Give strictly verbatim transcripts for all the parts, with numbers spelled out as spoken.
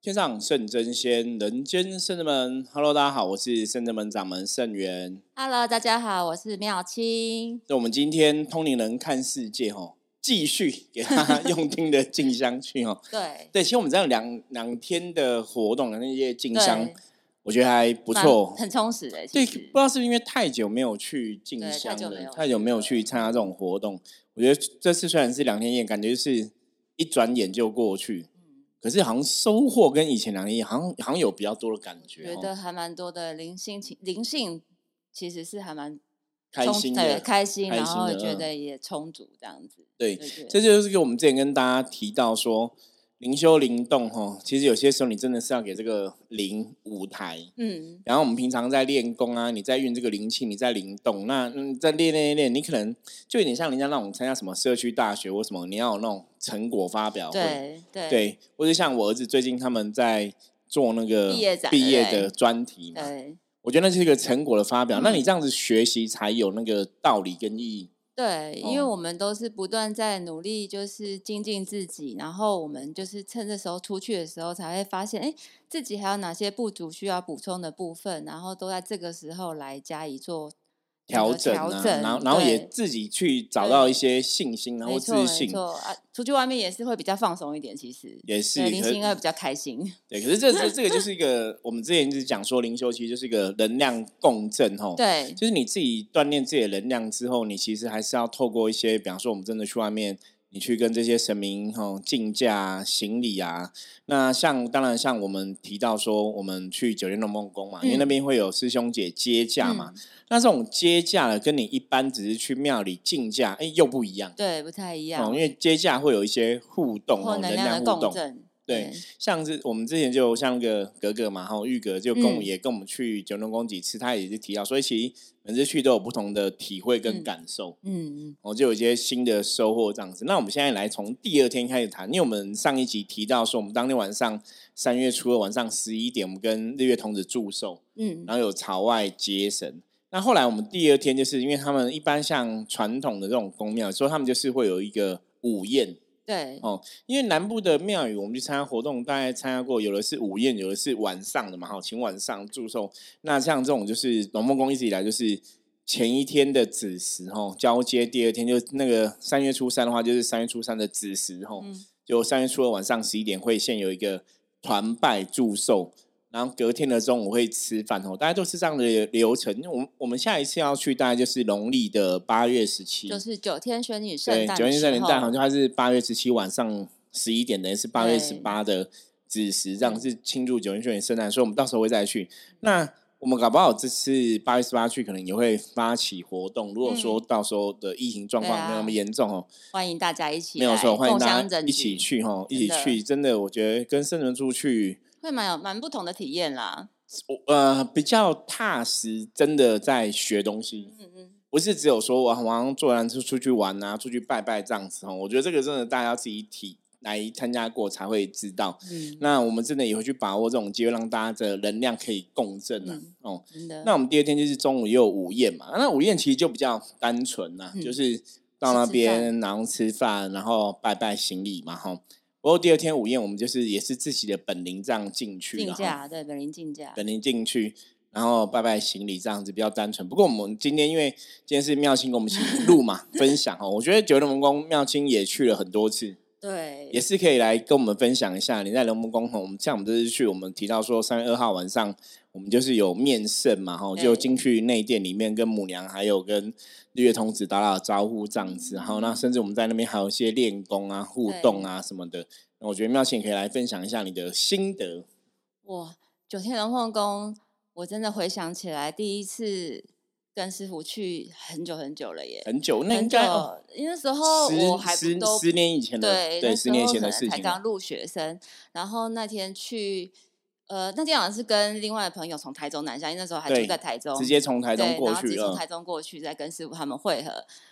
天上圣真仙，人间圣真门。Hello， 大家好，我是圣真门掌门圣元。 Hello， 大家好，我是妙清。 那我们今天通灵人看世界哦，继续给大家用听的进香去哦。 对对，其实我们这样两两天的活动，那些进香，我觉得还不错， 很充实的。 对，不知道是不是因为太久没有去进香了，太久没有去参加这种活动。我觉得这次虽然是两天宴，感觉就是一转眼就过去。可是好像收获跟以前两年好像好像有比较多的感觉， 觉得还蛮多的灵性灵性，其实是还蛮开心的， 对开心， 开心然后觉得也充足这样子。 对，对对，这就是我们之前跟大家提到说，灵修灵动哈，其实有些时候你真的是要给这个灵舞台，嗯，然后我们平常在练功啊，你在运这个灵气，你在灵动，那嗯，在练练练，你可能就有点像人家那种参加什么社区大学或什么，你要有那种成果发表会， 对对对，或者像我儿子最近他们在做那个毕业展毕业的专题嘛， 对， 我觉得那是一个成果的发表，嗯，那你这样子学习才有那个道理跟意义。 对，因为我们都是不断在努力，就是精进自己，然后我们就是趁这时候出去的时候，才会发现，哎，自己还有哪些不足需要补充的部分，然后都在这个时候来加以做调整啊，然后然后也自己去找到一些信心，然后自信。 没错啊，出去外面也是会比较放松一点，其实也是灵性会比较开心。 对，可是这这这个就是一个我们之前一直讲说灵修，其实就是一个能量共振吼。 对， 就是你自己锻炼自己的能量之后，你其实还是要透过一些，比方说我们真的去外面。你去跟这些神明吼竞价行礼啊，那像当然像我们提到说，我们去九天龙梦宫嘛，嗯，因为那边会有师兄姐接驾嘛，嗯，那这种接驾的跟你一般只是去庙里竞价，哎，又不一样， 对，不太一样， 哦，因为接驾会有一些互动哦，能量的共振。 对，像是我们之前就像那个格格嘛，哈，玉格就跟我们、嗯、也跟我们去九龙宫几次，他也是提到，所以其实每次去都有不同的体会跟感受，嗯嗯，我就有一些新的收获这样子。那我们现在来从第二天开始谈，因为我们上一集提到说，我们当天晚上三月初二晚上十一点，我们跟日月童子祝寿，嗯，然后有朝外接神。那后来我们第二天就是因为他们一般像传统的这种宫庙，所以他们就是会有一个午宴。 对哦，因为南部的庙宇，我们去参加活动，大概参加过，有的是午宴，有的是晚上的嘛，哈，请晚上祝寿。那像这种就是龙梦宫一直以来就是前一天的子时，哈，交接第二天就那个三月初三的话，就是三月初三的子时，哈、嗯，就三月初二晚上十一点会先有一个团拜祝寿。然后隔天的中午会吃饭哦，大家都是这样的流程。我们我们下一次要去，大概就是农历的八月十七， 就是九天玄女圣诞。 对，九天玄女圣诞好像它是八月十七晚上十一点，等于是八月十八的子时，这样是庆祝九天玄女圣诞，所以我们到时候会再去。那我们搞不好这次八月十八去，可能也会发起活动。如果说到时候的疫情状况没有那么严重哦、嗯啊， 欢迎大家一起没有错，欢迎大家一起去哈，一起去。真的，我觉得跟圣人出去。 会蛮有蛮不同的体验啦， 呃，比较踏实，真的在学东西，嗯嗯，不是只有说我好像做完就出去玩啊，出去拜拜这样子哦。我觉得这个真的大家要自己体来参加过才会知道。嗯，那我们真的也会去把握这种机会，让大家的能量可以共振啊。嗯、哦，真的。那我们第二天就是中午也有午宴嘛，那午宴其实就比较单纯啦、啊嗯，就是到那边然后吃饭，然后拜拜行礼嘛，哈。不过第二天午宴，我们就是也是自己的本灵这样进去， 竞价对本灵竞价， 本灵进去，然后拜拜行礼这样子比较单纯。不过我们今天因为今天是妙清跟我们一起录嘛，分享哦，我觉得九天龙宫妙清也去了很多次， 对， 也是可以来跟我们分享一下。你在龙梦宫吼，我们像我们这次去，我们提到说三月二号晚上，我们就是有面圣嘛，吼，就进去内殿里面跟母娘还有跟日月童子打打招呼这样子，然后那甚至我们在那边还有一些练功啊、互动啊什么的。我觉得妙清可以来分享一下你的心得。 哇，九天龙凤宫，我真的回想起来，第一次跟师傅去很久很久了耶， 很久，那应该因为那时候我还不都十年以前的， 对对，十年前的事情， 才刚入学生。然后那天去，呃，那天好像是跟另外的朋友从台中南下，因为那时候还住在台中， 直接从台中过去了， 然后直接从台中过去，再跟师傅他们会合。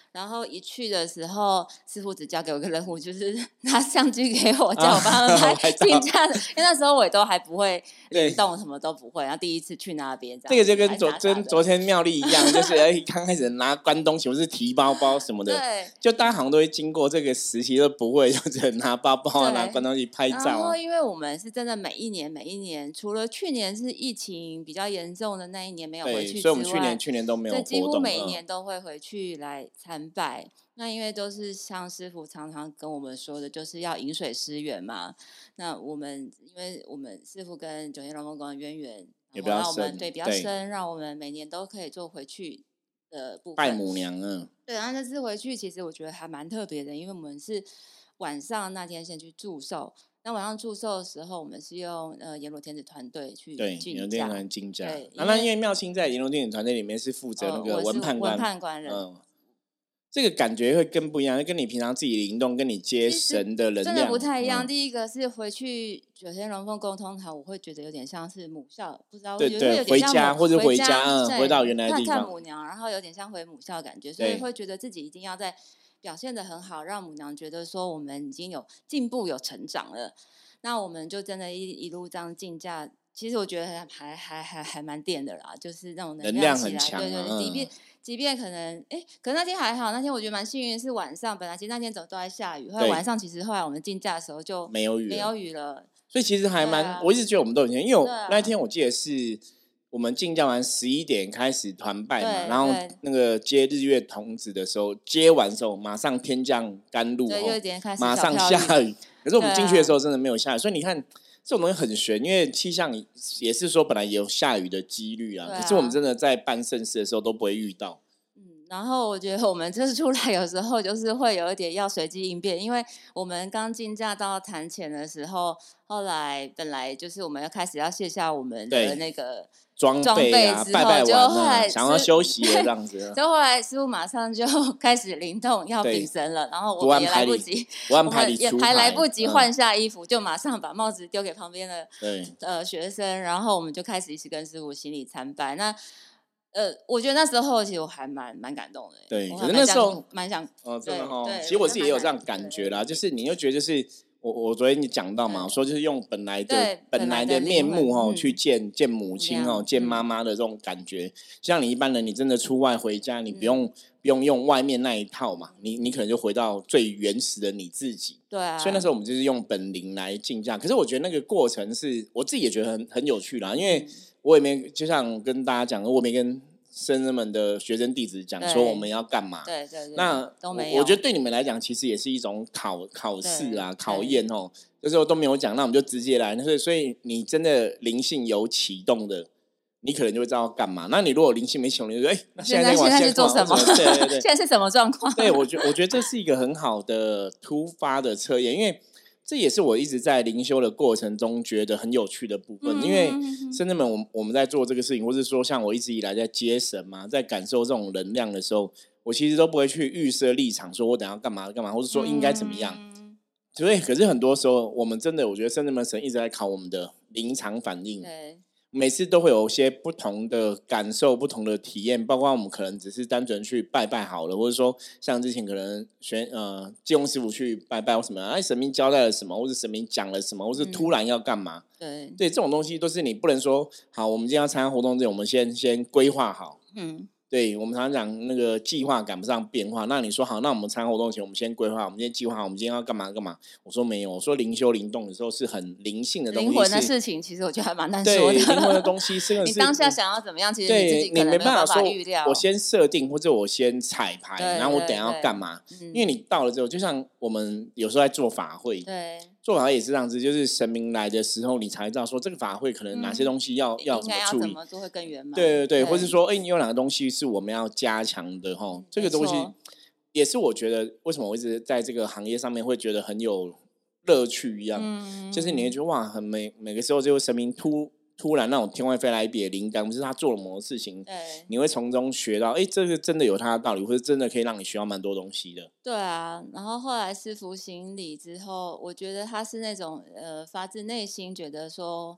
然后一去的时候，师傅只交给我一个任务，就是拿相机给我，叫我帮他们拍竞价的。因为那时候我也都还不会联动，什么都不会，然后第一次去那边， 这个就跟昨跟昨天妙丽一样，就是刚开始拿关东西，或是提包包什么的， 对， 就大家好像都会经过这个时期，都不会，就只能拿包包、拿关东西拍照、啊。 然后因为我们是真的每一年每一年，除了去年是疫情比较严重的那一年没有回去之外， 所以我们去年去年都没有活动， 几乎每一年都会回去来参拜。嗯，那因为都是像师父常常跟我们说的，就是要饮水思源嘛。那我们因为我们师父跟九天龙凤宫的渊源也比较深，对比较深，让我们每年都可以做回去的部分拜母娘啊。 对，然后那次回去其实我觉得还蛮特别的，因为我们是晚上那天先去祝寿。那晚上祝寿的时候，我们是用呃阎罗天子团队去对阎罗天子团竞价。对， 啊、 那因为妙清在阎罗天子团队里面是负责那个文判官， 呃、文判官人。 嗯，这个感觉会更不一样，跟你平常自己灵动、跟你接神的能量真的不太一样。 嗯、 第一个是回去九天龙凤沟通堂，我会觉得有点像是母校，不知道对对，回家或者回家，嗯，回到原来的地方看看母娘，然后有点像回母校的感觉，所以会觉得自己一定要在表现得很好，让母娘觉得说我们已经有进步、有成长了。那我们就真的一一路这样竞价，其实我觉得还还还还蛮电的啦，就是那种能量起来， 很强、啊， 对对，即便、嗯、即便可能哎，可能那天还好，那天我觉得蛮幸运的是晚上，本来其实那天走都在下雨，后来晚上其实后来我们竞价的时候就没有雨， 没有雨了， 所以其实还蛮、啊，我一直觉得我们都很幸运，因为我、啊、那天我记得是我们竞价完十一点开始团拜嘛，然后那个接日月童子的时候，接完的时候马上天降甘露， 对，有点开始马上下雨，可是我们进去的时候真的没有下雨，啊、所以你看。这种东西很玄，因为气象也是说本来也有下雨的几率啊，可是我们真的在办盛事的时候都不会遇到。 嗯，然后我觉得我们这出来有时候就是会有一点要随机应变，因为我们刚竞价到坛前的时候，后来本来就是我们要开始要卸下我们的那个装备啊，拜拜完啊，想要休息了这样子。 就后来师父马上就开始灵动要丙神了，然后我们也来不及，我们也还来不及换下衣服，嗯、就马上把帽子丢给旁边的呃学生，然后我们就开始一起跟师父行礼参拜。那呃，我觉得那时候其实我还蛮蛮感动的。 对，可是那时候蛮想哦，真的哦。其实我自己也有这样感觉啦，就是你又觉得就是。我我昨天你讲到嘛，说就是用本来的本来的面目哦、嗯、去见见母亲哦、嗯、见妈妈的这种感觉，像你一般人，你真的出外回家，你不用、嗯、不用用外面那一套嘛，你你可能就回到最原始的你自己。 对啊。 所以那时候我们就是用本灵来竞价，可是我觉得那个过程是我自己也觉得很很有趣啦，因为我也没就像跟大家讲，我没跟。僧人们的学生弟子讲说我们要干嘛？ 对对对， 那都没有。 我觉得对你们来讲，其实也是一种考考试啊，考验哦。就是我都没有讲，那我们就直接来。所以，所以你真的灵性有启动的，你可能就会知道干嘛。那你如果灵性没启动，你就说：“哎、欸，那现在现在是做什么？ 对对对， 现在是什么状况？” 对，我觉我觉得这是一个很好的突发的测验，因为。这也是我一直在灵修的过程中觉得很有趣的部分，嗯、因为僧人们，我我们在做这个事情，或是说像我一直以来在接神嘛，在感受这种能量的时候，我其实都不会去预设立场，说我等下干嘛干嘛，或者说应该怎么样。嗯、所以，可是很多时候，我们真的，我觉得僧人们神一直在考我们的临场反应。 对。 每次都会有一些不同的感受、不同的体验，包括我们可能只是单纯去拜拜好了，或者说像之前可能学呃济公师傅去拜拜或什么，哎神明交代了什么，或者神明讲了什么，或是突然要干嘛？ 嗯、 对对，这种东西都是你不能说好，我们今天要参加活动之前，我们先先规划好。嗯。对，我们常常讲那个计划赶不上变化。那你说好，那我们参加活动前，我们先规划，我们先计划，我们今天要干嘛干嘛？我说没有，我说灵修灵动的时候是很灵性的东西， 灵魂的事情，其实我觉得还蛮难说的。 对，灵魂的东西是你当下想要怎么样，其实你自己可能没办法预料。 我先设定，或者我先彩排，然后我等一下要干嘛？因为你到了之后，就像我们有时候在做法会， 对。 做法会也是这样子，就是神明来的时候，你才知道说这个法会可能哪些东西要、嗯、要怎么处理， 怎么做会更圆满。 对对对，或是说，哎、欸，你有哪个东西是我们要加强的哈？这个东西也是我觉得为什么我一直在这个行业上面会觉得很有乐趣一样，嗯、就是你会觉得哇，很每每个时候就神明突。突然那种天外飞来一笔的灵感，不是他做了某个事情，你会从中学到，哎，这个真的有他的道理，或者真的可以让你学到蛮多东西的。 对啊，然后后来师父行礼之后，我觉得他是那种呃发自内心觉得说，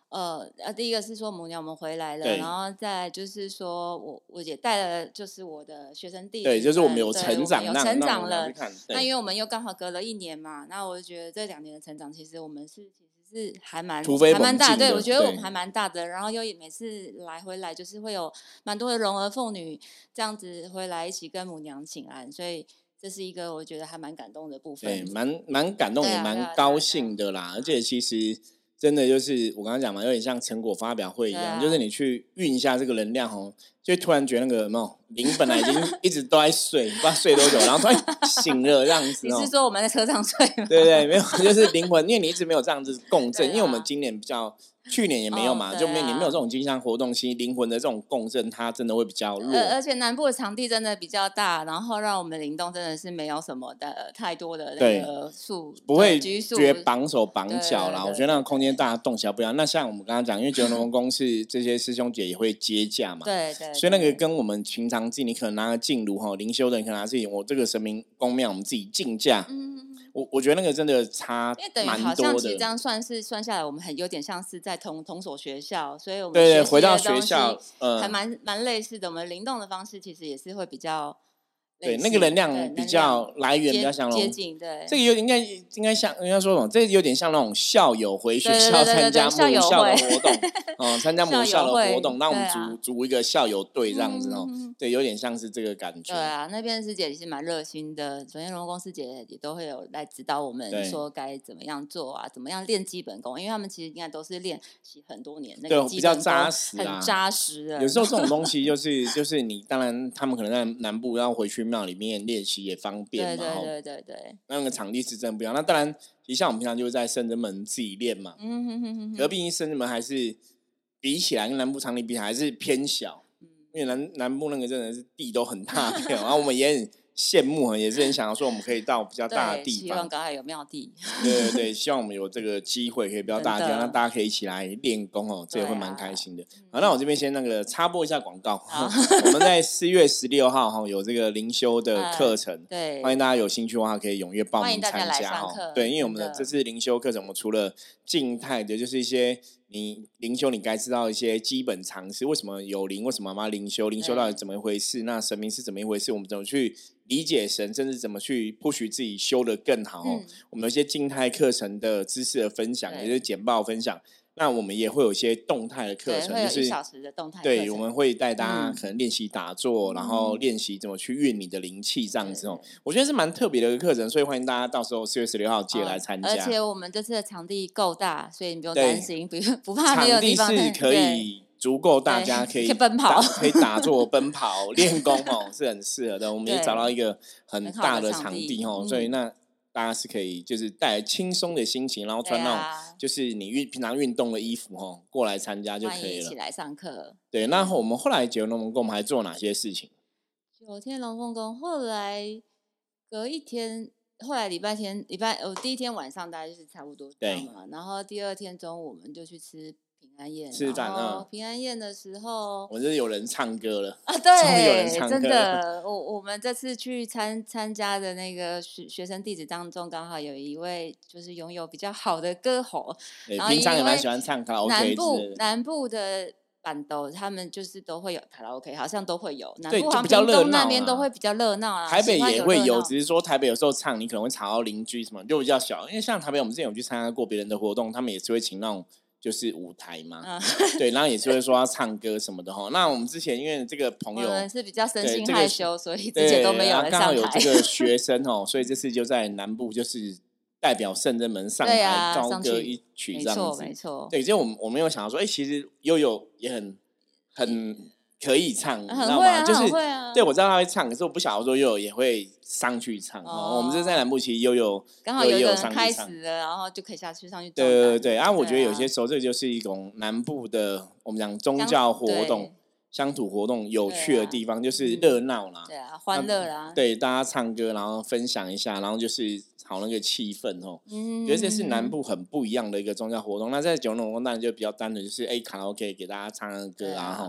呃呃，第一个是说母娘我们回来了，然后再来就是说我我也带了就是我的学生弟子， 对，就是我们有成长， 有成长了。 那因为我们又刚好隔了一年嘛，那我就觉得这两年的成长，其实我们是其实是还蛮还蛮大，对我觉得我们还蛮大的。然后又每次来回来就是会有蛮多的荣儿妇女这样子回来一起跟母娘请安，所以这是一个我觉得还蛮感动的部分。 对，蛮蛮感动，也蛮高兴的啦。而且其实真的就是我刚刚讲嘛，有点像成果发表会一样，就是你去运一下这个能量哦，就突然觉得那个有没有灵本来已经一直都在睡，不知道睡多久，然后突然醒了这样子。 你是说我们在车上睡吗？ 对对，没有，就是灵魂，因为你一直没有这样子共振，因为我们今年比较。去年也没有嘛，哦啊、就没你没有这种经常活动，其实灵魂的这种共振，它真的会比较弱。 呃、而且南部的场地真的比较大，然后让我们灵动真的是没有什么的太多的那个数， 不会觉得绑手绑脚啦。我觉得那个空间大家动起来不一样。那像我们刚刚讲，因为九龙龙宫是这些师兄姐也会接驾嘛， 对 对, 对， 所以那个跟我们平常自己，你可能拿个净炉哈，灵修的你可能拿自己，我这个神明宫庙我们自己竞价。嗯我我觉得那个真的差蛮多的，因为等于好像其实这样算是算下来，我们很有点像是在同同所学校，所以我们对对回到学校， 呃，还蛮蛮类似的。我们灵动的方式其实也是会比较。 对，那个能量比较来源比较像接近，对， 这个有应该应该像应该说什么？这有点像那种校友回学校参加母校的活动，哦，参加母校的活动，那我们组组一个校友队这样子哦，对，有点像是这个感觉。 对啊，那边师姐也是蛮热心的，首先龙宫师姐也都会有来指导我们说该怎么样做啊，怎么样练基本功，因为他们其实应该都是练习很多年，那个比较扎实啊，很扎实的。 有时候这种东西就是就是你当然他们可能在南部要回去庙里面练习也方便嘛， 对对对对对， 那个场地是真的不一样。那当然，其实像我们平常就是在圣真门自己练嘛，嗯哼哼哼，可毕竟圣真门还是比起来跟南部场地比起来还是偏小，嗯、因为南南部那个真的是地都很大片，然后我们也很羡慕，也是很想要说我们可以到比较大的地方， 希望刚好有庙地， 对对对，希望我们有这个机会可以比较大的地方，那大家可以一起来练功哦，这也会蛮开心的。啊、好，那我这边先那个插播一下广告，我们在四月十六号哈有这个灵修的课程， 嗯、对， 欢迎大家有兴趣的话可以踊跃报名参加哈。对，因为我们的这次灵修课程，我们除了静态的，就是一些你灵修你该知道一些基本常识，为什么有灵，为什么妈妈灵修，灵修到底怎么一回事？那神明是怎么一回事？我们怎么去理解神，甚至怎么去 push 自己修得更好、嗯、我们有一些静态课程的知识的分享，也就是简报分享。那我们也会有一些动态的课程，就是一小时的动态课程。 对，我们会带大家可能练习打坐，嗯、然后练习怎么去运你的灵气，这样子哦。我觉得是蛮特别的一个课程，所以欢迎大家到时候四月十六号记得来参加、哦。 而且我们这次的场地够大，所以你不用担心，不不怕没有地方。 场地是可以足够大家可以奔跑， 可以打坐、奔跑、练功哦，是很适合的。我们也找到一个很大的场地哦，所以那。大家是可以就是带来轻松的心情，然后穿那种就是你运平常运动的衣服哦，过来参加就可以了。欢迎一起来上课。 对，那我们后来九天龙凤宫，我们还做哪些事情？ 九天龙凤宫后来隔一天，后来礼拜天礼拜我、哦、第一天晚上大概就是差不多这样嘛，然后第二天中午我们就去吃平安宴， 吃饭啊！ 平安宴的时候， 我就是有人唱歌了啊！对， 终于有人唱歌了， 真的，我我们这次去参参加的那个学学生弟子当中，刚好有一位就是拥有比较好的歌喉， 然后平常也蛮喜欢唱卡拉 OK 南部南部的板斗，他们就是都会有卡拉 OK， 好像都会有。南部比较热闹， 那边都会比较热闹啊。 台北也会有，只是说台北有时候唱，你可能会吵到邻居什么，就比较小。因为像台北，我们之前有去参加过别人的活动，他们也是会请那种。就是舞台嘛，嗯、对，然后也是会说要唱歌什么的哈。那我们之前因为这个朋友， 我们是比较身心害羞，这个、所以之前都没有人上台。 刚好有这个学生哦，所以这次就在南部，就是代表圣真门上台高歌一曲这样子。 没错，没错。 对，就我们我没有想到说，哎、欸，其实悠悠也很很可以唱，你知道吗？ 就是会啊， 对我知道他会唱，可是我不晓得说悠悠也会上去唱。哦，我们这在南部其实悠悠刚好有一个人开始了，然后就可以下去上去。 对对对，啊，我觉得有些时候这就是一种南部的我们讲宗教活动、乡土活动有趣的地方，就是热闹啦， 对啊，欢乐啦， 对，大家唱歌，然后分享一下，然后就是好那个气氛哦。嗯，觉得这是南部很不一样的一个宗教活动。那在九龙宫当然就比较单纯，就是哎卡拉 OK 给大家唱歌啊哈。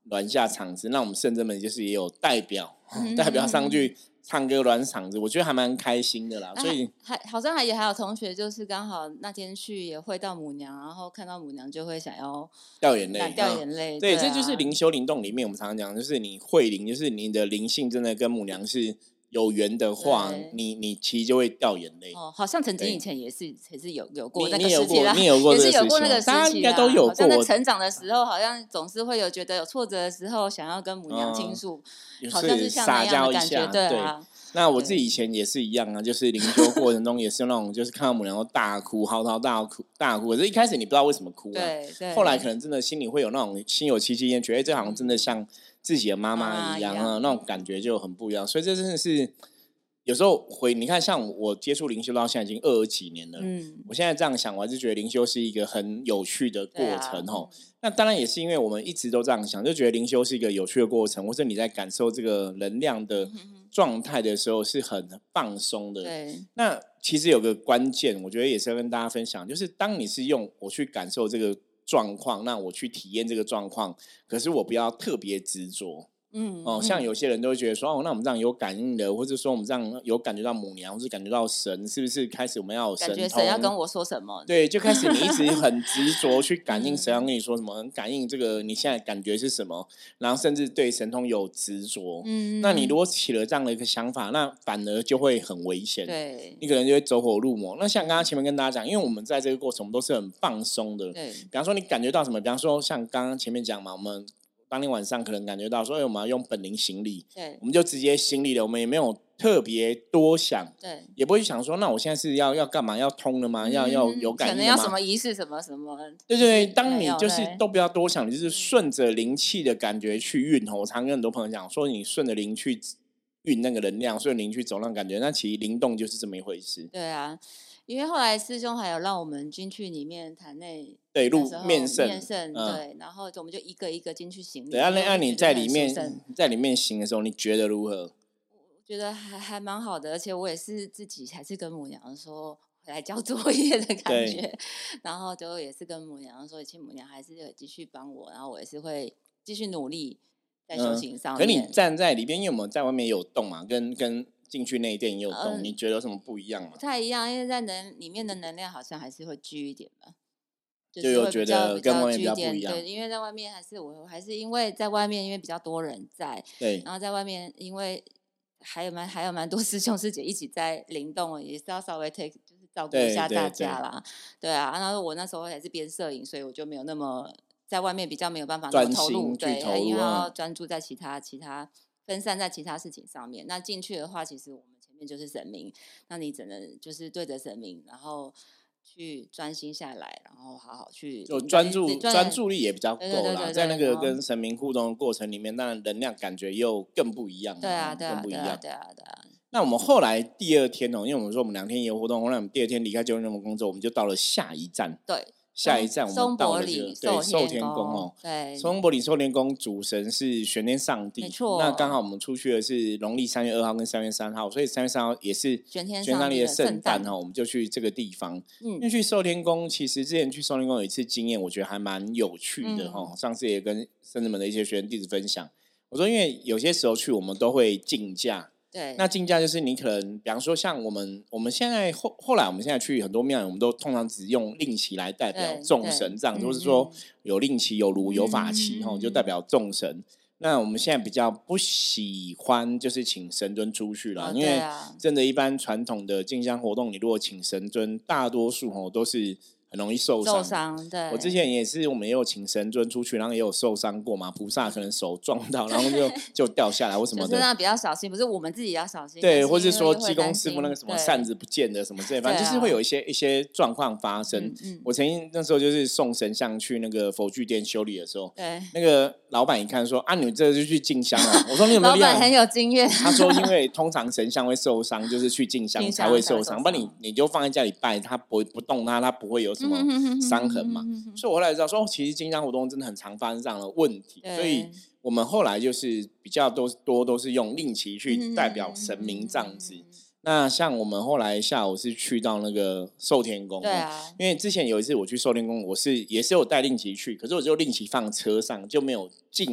暖下场子，那我们圣真门就是也有代表、嗯、代表上去唱歌暖场子，我觉得还蛮开心的啦。所以还好像还也还有同学就是刚好那天去也会到母娘，然后看到母娘就会想要掉眼泪， 掉眼泪、 嗯。对， 对、啊， 这就是灵修灵动里面我们常常讲，就是你会灵，就是你的灵性真的跟母娘是有缘的话，你你其实就会掉眼泪。 哦，好像曾经以前也是也是有有过那个时期啦， 你有过， 也是有过那个时期， 大家应该都有过。 好像在成长的时候，好像总是会有觉得有挫折的时候，想要跟母娘倾诉、嗯，好像是像那样的感觉，对啊。 那我自己以前也是一样啊，就是灵修过程中也是那种，就是看到母娘都大哭、嚎啕大哭、大哭。可是一开始你不知道为什么哭啊， 对对。 后来可能真的心里会有那种心有戚戚焉，觉得这好像真的像自己的妈妈一样啊，那种感觉就很不一样。所以这真的是。有时候回你看，像我接触灵修到现在已经二十几年了。嗯，我现在这样想，我还是觉得灵修是一个很有趣的过程哦。啊、那当然也是因为我们一直都这样想，就觉得灵修是一个有趣的过程，或者你在感受这个能量的状态的时候是很放松的。 对。 那其实有个关键，我觉得也是要跟大家分享，就是当你是用我去感受这个状况，那我去体验这个状况，可是我不要特别执着。嗯哦，像有些人都会觉得说，哦，那我们这样有感应的，或者说我们这样有感觉到母娘，或是感觉到神，是不是开始我们要有神通？ 感觉神要跟我说什么？ 对，就开始你一直很执着去感应神要跟你说什么，感应这个你现在感觉是什么，然后甚至对神通有执着。嗯，那你如果起了这样的一个想法，那反而就会很危险。 对， 你可能就会走火入魔。那像刚刚前面跟大家讲，因为我们在这个过程我们都是很放松的。 对， 比方说你感觉到什么，比方说像刚刚前面讲嘛，我们。当天晚上可能感觉到说，哎，我们要用本灵行礼， 对， 我们就直接行礼了，我们也没有特别多想， 对， 也不会想说，那我现在是要要干嘛？要通了吗？嗯、要要有感应了吗？ 可能要什么仪式，什么什么？ 对对对，当你就是都不要多想，你就是顺着灵气的感觉去运。我常跟很多朋友讲说，你顺着灵去运那个能量，顺着灵去走那种感觉，那其实灵动就是这么一回事。 对啊。因为后来师兄还有让我们进去里面坛内对入面圣， 面圣、嗯、对，然后我们就一个一个进去行礼。 对，那按你在里面在里面行的时候，你觉得如何？ 我觉得还还蛮好的，而且我也是自己还是跟母娘说来交作业的感觉，然后就也是跟母娘说，请母娘还是继续帮我，然后我也是会继续努力在修行上面。 嗯、可你站在里边，因为我们在外面有动嘛，跟跟。进去内殿也有动、嗯，你觉得有什么不一样吗？ 不太一样，因为在能里面的能量好像还是会聚一点吧， 就有觉得跟外面比较不一样。 对，因为在外面还是我还是因为在外面，因为比较多人在， 对， 然后在外面因为还有蛮还有蛮多师兄师姐一起在灵动，也是要稍微 take 就是照顾一下大家啦。对, 对, 对, 对啊，然后我那时候还是边摄影，所以我就没有那么在外面比较没有办法那么投入，对，因为要专注在其他其他。分散在其他事情上面，那进去的话，其实我们前面就是神明，那你只能就是对着神明，然后去专心下来，然后好好去就专注专注力也比较够啦，在那个跟神明互动的过程里面，当然能量感觉又更不一样， 对啊，对啊， 更不一样， 对啊，对啊。 那我们后来第二天哦，因为我们说我们两天也有活动，后来我们第二天离开九人工作，我们就到了下一站， 对。 下一站我们到了这个对寿天宫哦， 对， 松柏里寿天宫主神是玄天上帝， 没错。 那刚好我们出去的是农历三月二号跟三月三号，所以三月三号也是玄天上帝的圣诞哈，我们就去这个地方。嗯，因为去寿天宫，其实之前去寿天宫有一次经验，我觉得还蛮有趣的哈、嗯。上次也跟圣子们的一些学员弟子分享，我说因为有些时候去我们都会竞价。 对， 那竞价就是你可能，比方说像我们，我们现在后后来我们现在去很多庙，我们都通常只用令旗来代表众神，这样就是说有令旗、有炉、有法器，哈、嗯，就代表众神。那我们现在比较不喜欢就是请神尊出去了、 哦， 因为真的，一般传统的进香活动，你如果请神尊，大多数吼都是。很容易受伤。 受伤，对。 我之前也是，我们也有请神尊出去，然后也有受伤过嘛。菩萨可能手撞到，然后就就掉下来或什么的。 就是那比较小心，不是我们自己要小心。 对，或是说济公师傅那个什么扇子不见的什么之类，反正就是会有一些一些状况发生。嗯嗯、我曾经那时候就是送神像去那个佛具店修理的时候， 对， 那个老板一看说：“啊，你这就去进香了。”我说：“你有没有厉害？” 老板很有经验。 他说：“因为通常神像会受伤，就是去进香才会受伤。不然你你就放在家里拜，他不不动它，它不会有什么伤痕嘛。嗯”所以我后来知道说，哦，其实进香活动真的很常发生这样的问题，所以我们后来就是比较多多都是用令旗去代表神明这样子。那像我们后来下午是去到那个寿天宫， 对啊， 因为之前有一次我去寿天宫，我是也是有带令旗去，可是我就令旗放车上，就没有进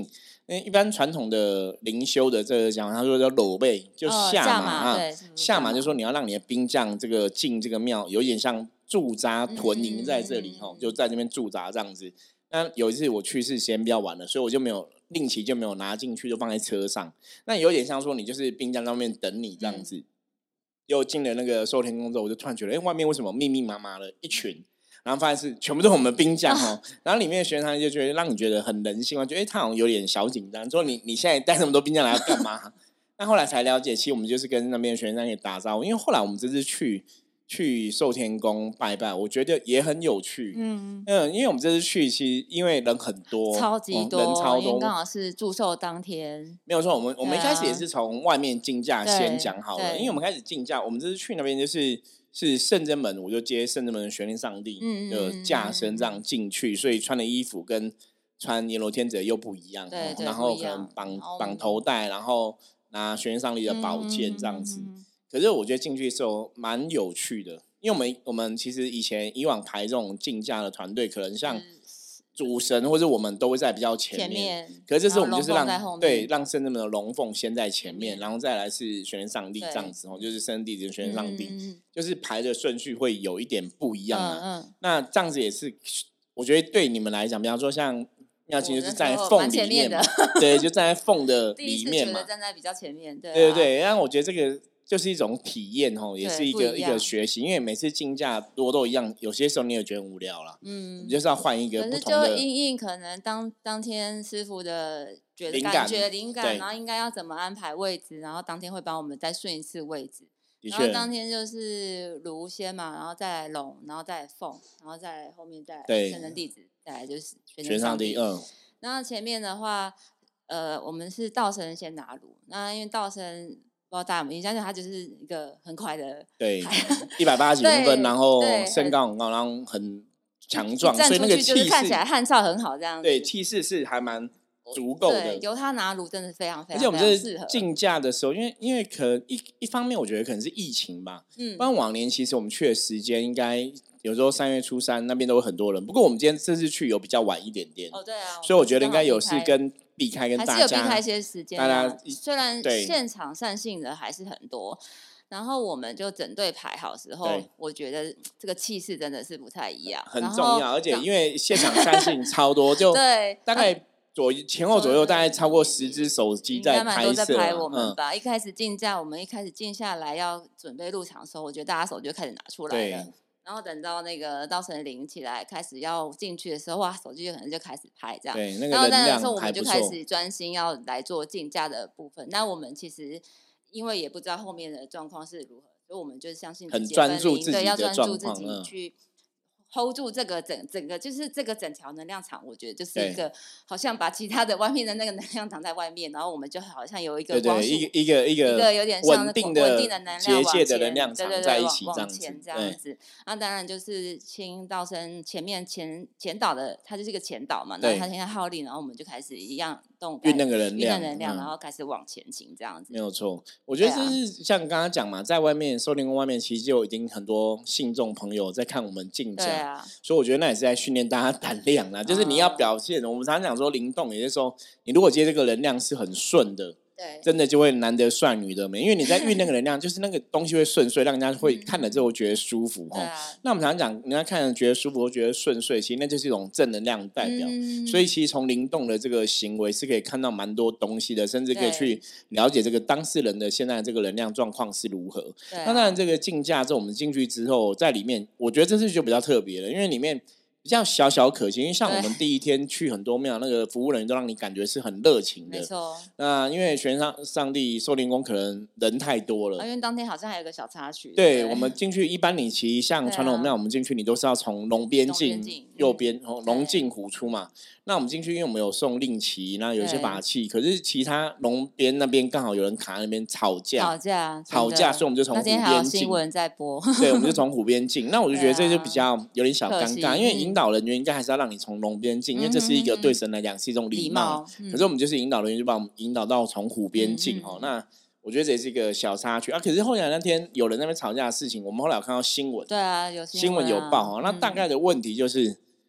因为一般传统的灵修的这个讲，他说叫裸背，就下马啊， 哦、 下马就说你要让你的兵将这个进这个庙，有点像驻扎屯营在这里、嗯、就在这边驻扎这样子。那有一次我去是时间比较晚了，所以我就没有令旗就没有拿进去，就放在车上。那有点像说你就是兵将在外面等你这样子。嗯、又进了那个寿天宫之后，我就突然觉得，哎、欸，外面为什么密密麻麻的一群？然后发现是全部都是我们兵将哦，然后里面的学生就觉得让你觉得很人性化，觉得哎、欸，他好像有点小紧张，说你你现在带那么多兵将来要干嘛？那后来才了解，其实我们就是跟那边的学生也打招呼，因为后来我们这次去去寿天宫拜拜，我觉得也很有趣。嗯嗯，因为我们这次去，其实因为人很多， 超级多， 嗯、人超多， 因为刚好是祝寿当天。 没有错，我们我们一开始也是从外面竞价先讲好了，因为我们开始竞价，我们这次去那边就是。是圣真门，我就接圣真门的玄灵上帝的架身这样进去，所以穿的衣服跟穿阎罗天子又不一样， 对对， 然后可能绑绑头带，然后拿玄灵上帝的宝剑这样子。嗯嗯嗯嗯，可是我觉得进去的时候蛮有趣的，因为我们我们其实以前以往排这种竞价的团队，可能像主神或者我们都会在比较前面，前面可是这次我们就是让对让圣真门的龙凤先在前面，然后再来是玄灵上帝这样子哦，就是圣弟子玄灵上帝，嗯嗯，就是排的顺序会有一点不一样啊。嗯嗯，那这样子也是，我觉得对你们来讲，比方说像妙清就是站在凤里面嘛，对，就站在凤的里面嘛， 站在比较前面，对、啊、 对对对，然后我觉得这个。就是一种体验吼，也是一个一个学习，因为每次竞价多都一样，有些时候你也觉得无聊了，嗯，你就是要换一个不同的。 可是就因应可能当当天师傅的觉得感觉灵感，然后应该要怎么安排位置，然后当天会帮我们再顺一次位置。然后当天就是炉先嘛，然后再来龙，然后再来凤，然后再来后面再来圣人弟子，再来就是玄上帝。嗯，然后前面的话，呃，我们是道神先拿炉，那因为道神。不知道大家有没有印象，他就是一个很快的， 对，一百八十几公分，然后身高很高，然后很强壮，所以那个气势看起来汉少很好，这样子。 对，气势是还蛮足够的。 对，由他拿炉真的非常非常， 而且我们这是竞价的时候，因为因为可能一一方面，我觉得可能是疫情吧，嗯，不然往年其实我们去的时间应该有时候三月初三那边都有很多人，不过我们今天这次去有比较晚一点点， 哦，对啊， 所以我觉得应该有事跟。避开跟大家还是有避开一些时间、啊，虽然现场善信的还是很多，然后我们就整队排好时候，我觉得这个气势真的是不太一样， 很重要。而且因为现场善信超多，就对大概左前后左右大概超过十只手机在拍摄， 在拍我们吧。嗯、一开始竞价，我们一开始静下来要准备入场的时候，我觉得大家手就开始拿出来了。然后等到那个道神领起来开始要进去的时候，哇，手机就可能就开始拍这样。 对，那个然后那时候我们就开始专心要来做竞价的部分。那我们其实因为也不知道后面的状况是如何，所以我们就相信很专注自己的要专注自己嗯、 去 hold 住这个整整个就是这个整条能量场，我觉得就是一个好像把其他的外面的那个能量场在外面，然后我们就好像有一个光束， 对对，一个一个一个有点像稳定的稳定的能量结界的能量场在一起这样子，这样子。那当然就是清道生前面前前导的，他就是一个前导嘛，然后他现在号令，然后我们就开始一样动运那个能量， 运能量，然后开始往前行这样子。 没有错，我觉得这是像刚刚讲嘛，在外面寿天宫外面，其实就已经很多信众朋友在看我们竞价， 啊， 所以我觉得那也是在训练大家胆量啦，就是你要表现。我们常常讲说灵动，也就是说，你如果接这个能量是很顺的。 对， 真的就会难得帅女的美，因为你在运那个能量，就是那个东西会顺遂，让人家会看了之后觉得舒服哈、嗯啊。那我们常常讲，人家看了觉得舒服，觉得顺遂，其实那就是一种正能量代表。嗯、所以其实从灵动的这个行为是可以看到蛮多东西的，甚至可以去了解这个当事人的现在这个能量状况是如何。啊、那当然，这个竞价之后我们进去之后，在里面，我觉得这次就比较特别了，因为里面。比较小小可惜，因为像我们第一天去很多庙，那个服务人员都让你感觉是很热情的。 没错。 那因为玄上上帝寿天宫可能人太多了、 啊，因为当天好像还有个小插曲。 对，对我们进去，一般你其实像传统庙，我们进去你都是要从龙边进，右边龙进虎出嘛。那我们进去，因为我们有送令旗，那有一些法器，可是其他龙边那边刚好有人卡在那边吵架， 吵架， 吵架，所以我们就从虎边进。 那天还有新闻在播。 对，我们就从虎边进。那我就觉得这就比较有点小尴尬，因为引导人员应该还是要让你从龙边进，因为这是一个对神来讲是一种礼貌。嗯、可是我们就是引导人员就把我们引导到从虎边进哦、嗯嗯。那我觉得这也是一个小插曲啊。可是后来那天有人在那边吵架的事情，我们后来有看到新闻， 对啊，有新闻、啊、有报哈、嗯。那大概的问题就是。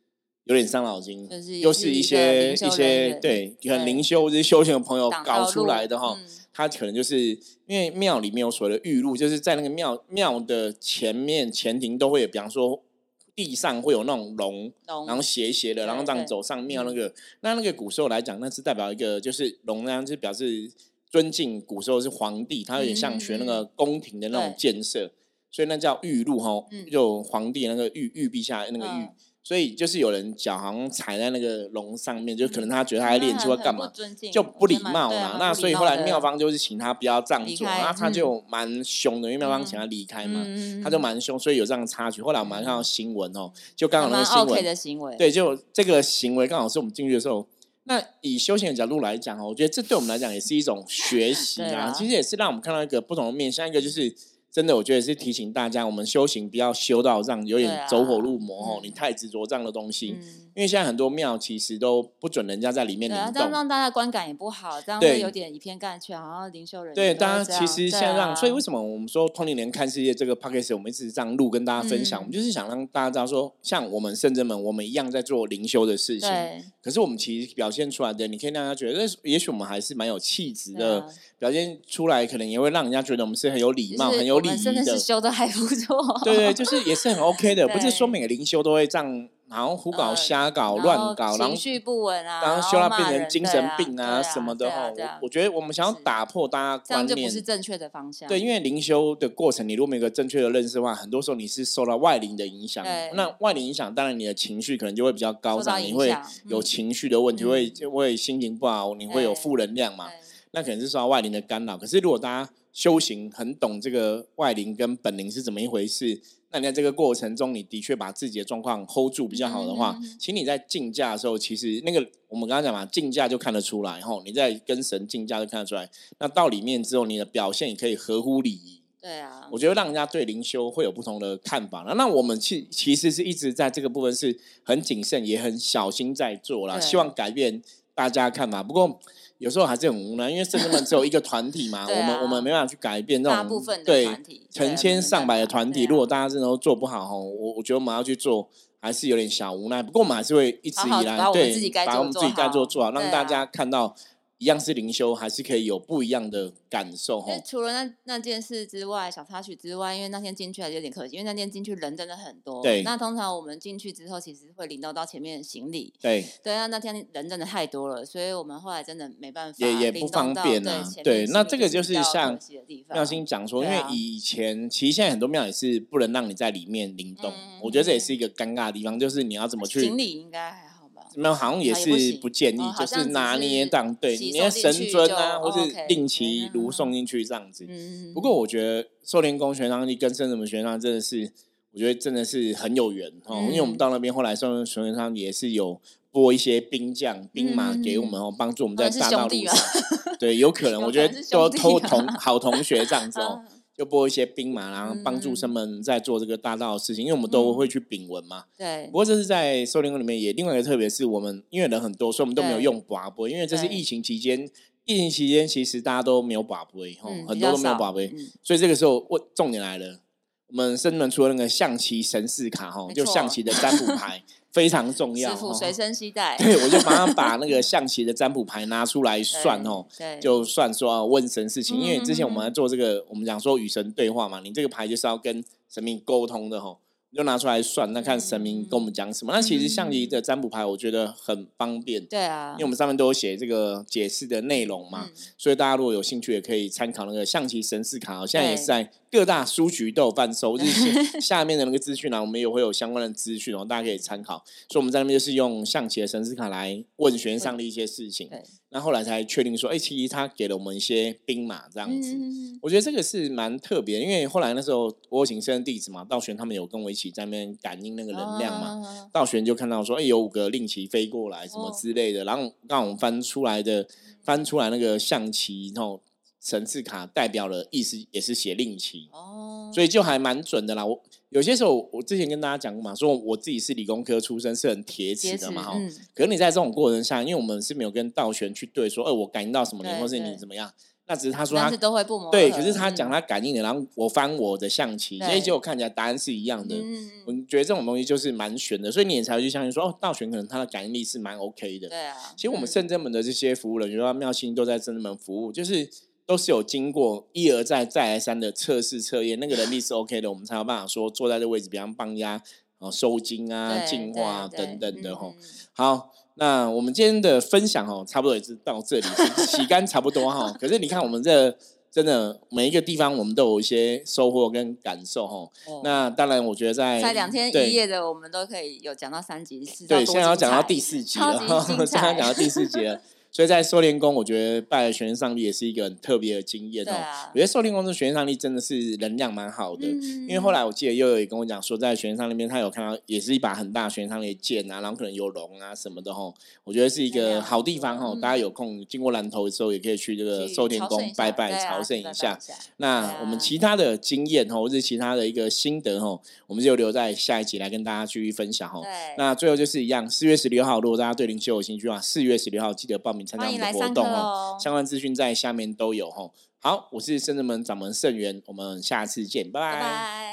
有点伤脑筋， 就是又是一些一些对很灵修或者修行的朋友搞出来的哈。他可能就是因为庙里面有所谓的玉路，就是在那个庙庙的前面前庭都会有，比方说地上会有那种龙，然后斜斜的，然后这样走上庙那个。那那个古时候来讲，那是代表一个就是龙那样，就是表示尊敬古时候是皇帝，他有点像学那个宫廷的那种建设，所以那叫玉路哈，就皇帝那个玉玉陛下那个玉。所以就是有人脚好像踩在那个龙上面，就可能他觉得他在练气或干嘛，就不礼貌啦。那所以后来庙方就是请他不要这样做，那他就蛮凶的，因为庙方请他离开嘛，他就蛮凶，所以有这样的插曲。后来我们还看到新闻哦，就刚好那个新闻的行为， 对，就这个行为刚好是我们进去的时候。那以修行的角度来讲哦，我觉得这对我们来讲也是一种学习啊，其实也是让我们看到一个不同的面向，一个就是。真的，我觉得是提醒大家，我们修行不要修到这样有点走火入魔哦、啊嗯，你太执着这样的东西、嗯。因为现在很多庙其实都不准人家在里面灵动， 这样让大家观感也不好，这样会有点以偏概全，好像灵修人对大家其实现在让、啊，所以为什么我们说通灵人看世界这个 podcast 我们一直这样录跟大家分享、嗯，我们就是想让大家知道说，像我们圣真门，我们一样在做灵修的事情，可是我们其实表现出来的，你可以让大家觉得，也许我们还是蛮有气质的、啊，表现出来可能也会让人家觉得我们是很有礼貌、就是、很有礼仪的， 真的是修的还不错， 对对，就是也是很 OK 的，不是说每个灵修都会这样。然后胡搞瞎搞乱、呃、搞，然后情绪不稳啊， 然后修到变成精神病啊什么的哈、 啊啊啊。我觉得我们想要打破大家观念， 这样就不是正确的方向。 对，因为灵修的过程，你如果没有一个正确的认识的话，很多时候你是受到外灵的影响。那外灵影响，当然你的情绪可能就会比较高涨，你会有情绪的问题，嗯、会会心情不好，你会有负能量嘛？那可能是受到外灵的干扰。可是如果大家修行很懂这个外灵跟本灵是怎么一回事。那你在这个过程中，你的确把自己的状况 hold 住比较好的话，嗯、其实你在竞价的时候，其实那个我们刚刚讲嘛，竞价就看得出来，吼，你在跟神竞价就看得出来。那到里面之后，你的表现也可以合乎礼仪。 对啊， 我觉得让人家对灵修会有不同的看法。那我们其其实是一直在这个部分是很谨慎，也很小心在做啦，希望改变大家的看法。不过。有时候还是很无奈，因为圣真门只有一个团体嘛，啊、我们我们没办法去改变那种大部分的团体， 对成千上百的团体，如果大家真的都做不好，我我觉得我们要去做，还是有点小无奈。不过我们还是会一直以来好好对把我们自己该做做好， 让大家看到。一样是灵修，还是可以有不一样的感受。 除了那那件事之外，小插曲之外，因为那天进去还是有点可惜，因为那天进去人真的很多。 对。 那通常我们进去之后，其实会领到到前面的行李。 对。 对啊，那天人真的太多了，所以我们后来真的没办法， 也也不方便啊。对，那这个就是像妙心讲说，因为以前其实现在很多庙也是不能让你在里面灵动，嗯、我觉得这也是一个尴尬的地方，就是你要怎么去行李应该还好。 没有，好像也是不建议， 哦、 就是拿捏当对，你的神尊啊，或是令旗如送进去这样子。嗯、不过我觉得寿天宫玄奘帝跟圣真门玄奘真的是，我觉得真的是很有缘哦、嗯，因为我们到那边后来寿天玄奘也是有拨一些兵将、兵马给我们哦，帮助我们在大道路上。对，有可能，我觉得都偷同好同学这样子哦。就拨一些兵马，然后帮助他们在做这个大道的事情，因为我们都会去禀文嘛。 对。 不过这是在寿天宫里面也另外一个特别，是我们因为人很多，所以我们都没有用拔杯，因为这是疫情期间，疫情期间其实大家都没有拔杯，嗯、很多都没有拔杯、嗯，所以这个时候，重点来了，我们圣真门除了那个象棋神士卡哈，就象棋的占卜牌。非常重要， 师傅随身携带。 对，我就马上把那个象棋的占卜牌拿出来算哦，就算说问神事情，因为之前我们在做这个，我们讲说与神对话嘛，你这个牌就是要跟神明沟通的吼。就拿出来算，那看神明跟我们讲什么、嗯。那其实象棋的占卜牌，我觉得很方便。 对啊， 因为我们上面都有写这个解释的内容嘛、嗯，所以大家如果有兴趣，也可以参考那个象棋神士卡。现在也是在各大书局都有贩售，就是下面的那个资讯啊，我们也会有相关的资讯哦，大家可以参考。所以我们在那边就是用象棋的神士卡来问玄上的一些事情。那后来才确定说，哎、欸，其实他给了我们一些兵马这样子、嗯，我觉得这个是蛮特别，因为后来那时候我有请圣人弟子嘛，道玄他们有跟我一起在那边感应那个能量嘛，哦、道玄就看到说，哎、欸，有五个令旗飞过来什么之类的，哦、然后让我们翻出来的翻出来那个象棋，然后神士卡代表的意思也是写令旗，哦，所以就还蛮准的啦。我有些时候我之前跟大家讲过嘛，说我自己是理工科出身，是很铁齿的嘛哈、嗯。可是你在这种过程下，因为我们是没有跟道玄去对说，呃，我感应到什么灵，或是你怎么样， 那只是他说他但是都会不谋而合。 对，可是他讲他感应的，然后我翻我的象棋， 对所以结果看起来答案是一样的。 嗯我觉得这种东西就是蛮玄的，所以你也才会去相信说，哦，道玄可能他的感应力是蛮 OK 的。 对啊， 其实我们圣真门的这些服务人员、妙心都在圣真门服务，就是都是有经过一而再、再而三的测试测验，那个能力是 OK 的，我们才有办法说坐在这个位置，比方帮压、哦、收精啊、 对净化、啊、 对对等等的吼、 嗯好，那我们今天的分享哦，差不多也是到这里，洗干差不多哈。可是你看我们这真的每一个地方，我们都有一些收获跟感受哈。 哦那当然，我觉得在才两天对一夜的，我们都可以有讲到三集四， 对， 多现在要讲到精彩第四集了， 超级精现在要彩讲到第四集了。所以在寿天宫，我觉得拜了玄天上帝也是一个很特别的经验哦。 啊、 我觉得寿天宫这玄天上帝真的是能量蛮好的， 嗯、 因为后来我记得悠悠也跟我讲说，在玄天上帝那边他有看到也是一把很大的玄天上帝的剑啊，然后可能有龙啊什么的吼。我觉得是一个好地方吼， 嗯、 大家有空经过南投的时候，也可以去这个寿天宫拜拜朝圣一下。那我们其他的经验吼，或者其他的一个心得吼，我们就留在下一集来跟大家继续分享吼。那最后就是一样，四月十六号，如果大家对灵修有兴趣的话，四月十六号记得报名参加我们的活动哦。相关资讯在下面都有吼。好，我是圣真门掌门圣元，我们下次见，拜拜。 拜拜。